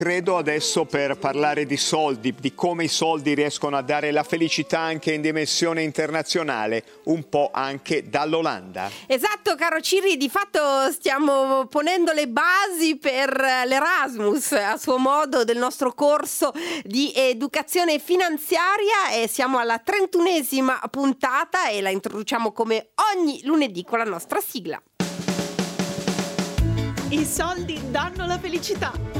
Credo adesso per parlare di soldi, di come i soldi riescono a dare la felicità anche in dimensione internazionale, un po' anche dall'Olanda. Esatto, caro Ciri, di fatto stiamo ponendo le basi per l'Erasmus, a suo modo, del nostro corso di educazione finanziaria, e siamo alla 31esima puntata e la introduciamo come ogni lunedì con la nostra sigla. I soldi danno la felicità.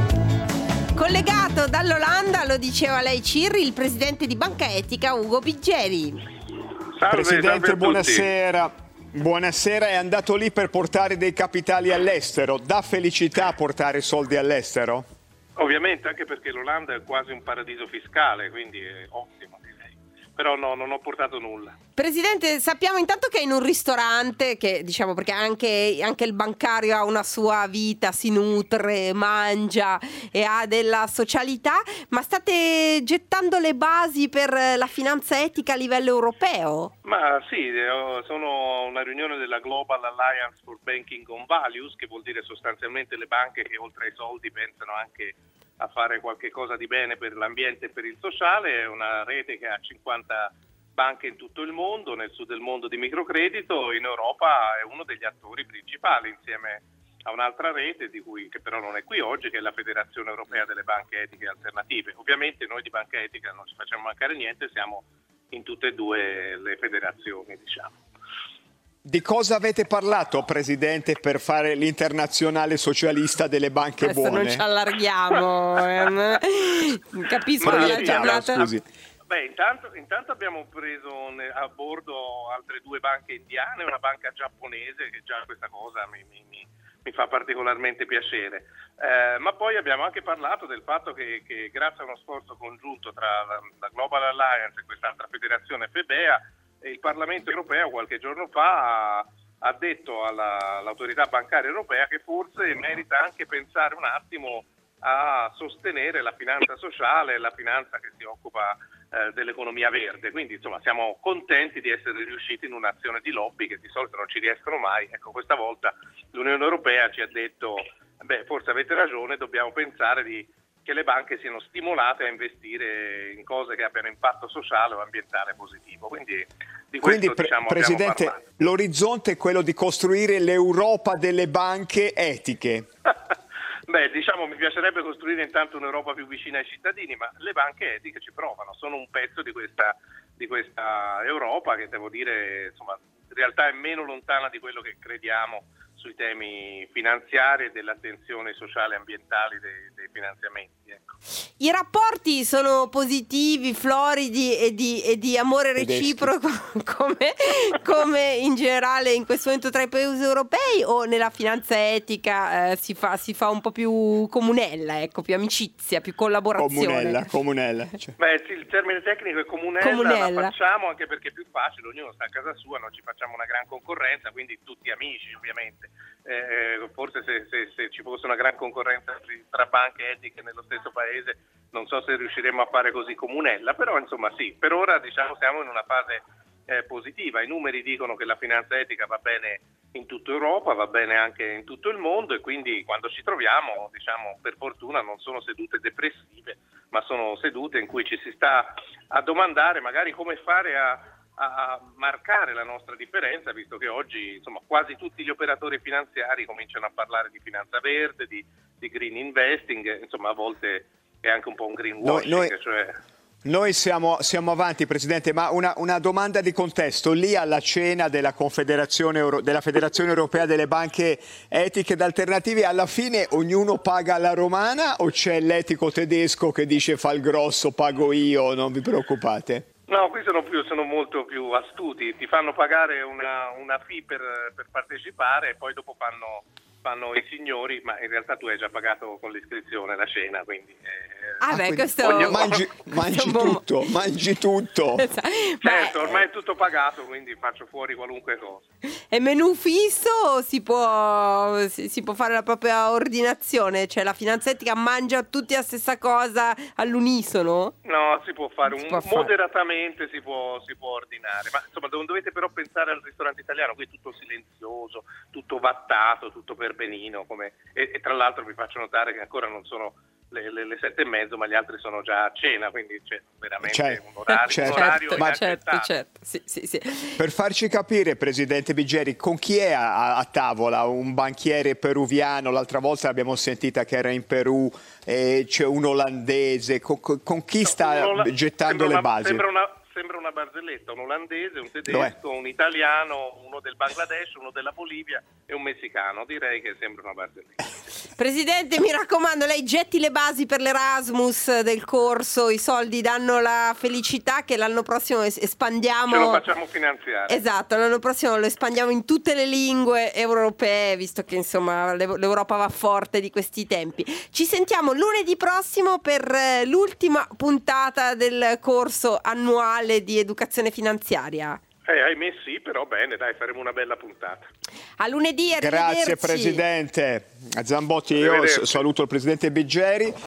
Collegato dall'Olanda, lo diceva lei Cirri, il presidente di Banca Etica Ugo Biggeri. Salve, Presidente, salve a buonasera. Buonasera, è andato lì per portare dei capitali all'estero. Dà felicità portare soldi all'estero? Ovviamente, anche perché l'Olanda è quasi un paradiso fiscale, quindi è ottimo, direi. Però no, non ho portato nulla. Presidente, sappiamo intanto che è in un ristorante, che diciamo perché anche il bancario ha una sua vita, si nutre, mangia e ha della socialità, ma state gettando le basi per la finanza etica a livello europeo? Ma sì, sono una riunione della Global Alliance for Banking on Values, che vuol dire sostanzialmente le banche che oltre ai soldi pensano anche a fare qualche cosa di bene per l'ambiente e per il sociale. È una rete che ha 50 banche in tutto il mondo, nel sud del mondo di microcredito. In Europa è uno degli attori principali, insieme a un'altra rete che però non è qui oggi, che è la Federazione Europea delle Banche Etiche Alternative. Ovviamente noi di Banca Etica non ci facciamo mancare niente, siamo in tutte e due le federazioni, diciamo. Di cosa avete parlato, Presidente, per fare l'internazionale socialista delle banche Adesso buone? non ci allarghiamo. Capisco che la giornata... Scusi. Beh, intanto abbiamo preso a bordo altre 2 banche indiane e una banca giapponese, che già questa cosa mi fa particolarmente piacere. Ma poi abbiamo anche parlato del fatto che grazie a uno sforzo congiunto tra la Global Alliance e quest'altra federazione FEBEA, il Parlamento europeo qualche giorno fa ha detto all'autorità bancaria europea che forse merita anche pensare un attimo a sostenere la finanza sociale, la finanza che si occupa dell'economia verde. Quindi insomma siamo contenti di essere riusciti in un'azione di lobby che di solito non ci riescono mai. Ecco, questa volta l'Unione Europea ci ha detto forse avete ragione, dobbiamo pensare che le banche siano stimolate a investire in cose che abbiano impatto sociale o ambientale positivo. Quindi di questo diciamo Presidente, abbiamo parlato. l'orizzonte è quello di costruire l'Europa delle banche etiche. Mi piacerebbe costruire intanto un'Europa più vicina ai cittadini, ma le banche etiche ci provano, sono un pezzo di questa Europa che, devo dire, insomma, in realtà è meno lontana di quello che crediamo sui temi finanziari e dell'attenzione sociale e ambientali dei finanziamenti. Ecco. I rapporti sono positivi, floridi e di amore reciproco come in generale in questo momento tra i paesi europei, o nella finanza etica si fa un po' più comunella, ecco, più amicizia, più collaborazione? Comunella. Sì, il termine tecnico è comunella. La facciamo anche perché è più facile, ognuno sta a casa sua, non ci facciamo una gran concorrenza, quindi tutti amici ovviamente. Forse se ci fosse una gran concorrenza tra banche etiche nello stesso paese non so se riusciremo a fare così comunella, però insomma sì, per ora diciamo siamo in una fase positiva. I numeri dicono che la finanza etica va bene in tutta Europa, va bene anche in tutto il mondo, e quindi quando ci troviamo, diciamo, per fortuna non sono sedute depressive, ma sono sedute in cui ci si sta a domandare magari come fare a marcare la nostra differenza, visto che oggi insomma quasi tutti gli operatori finanziari cominciano a parlare di finanza verde, di green investing, insomma a volte è anche un po' un greenwashing. Noi siamo avanti, Presidente, ma una domanda di contesto. Lì alla cena della della Federazione Europea delle Banche Etiche ed Alternative, alla fine ognuno paga alla romana o c'è l'etico tedesco che dice fa il grosso, pago io, non vi preoccupate? No, qui sono molto più astuti, ti fanno pagare una fee per partecipare e poi dopo fanno i signori, ma in realtà tu hai già pagato con l'iscrizione la cena, quindi... mangi tutto. Certo, ormai è tutto pagato, quindi faccio fuori qualunque cosa. È menù fisso o si può fare la propria ordinazione? Cioè la finanza etica mangia tutti la stessa cosa all'unisono? No, si può fare moderatamente, si può ordinare, ma insomma non dovete però pensare al ristorante italiano, qui è tutto silenzioso, tutto vattato, tutto per benino, e tra l'altro vi faccio notare che ancora non sono le 7:30, ma gli altri sono già a cena, quindi c'è veramente un orario certo. Sì. Per farci capire, Presidente Biggeri, con chi è a tavola? Un banchiere peruviano, l'altra volta l'abbiamo sentita che era in Perù, c'è un olandese, con chi sta gettando le basi? Sembra una barzelletta, un olandese, un tedesco, un italiano, uno del Bangladesh, uno della Bolivia e un messicano. Direi che sembra una barzelletta. Presidente, mi raccomando, lei getti le basi per l'Erasmus del corso, i soldi danno la felicità, che l'anno prossimo espandiamo. Ce lo facciamo finanziare. Esatto, l'anno prossimo lo espandiamo in tutte le lingue europee, visto che insomma l'Europa va forte di questi tempi. Ci sentiamo lunedì prossimo per l'ultima puntata del corso annuale di educazione finanziaria. Ahimè sì, però bene, dai, faremo una bella puntata. A lunedì, arrivederci. Grazie Presidente Zambotti, io saluto il Presidente Biggeri.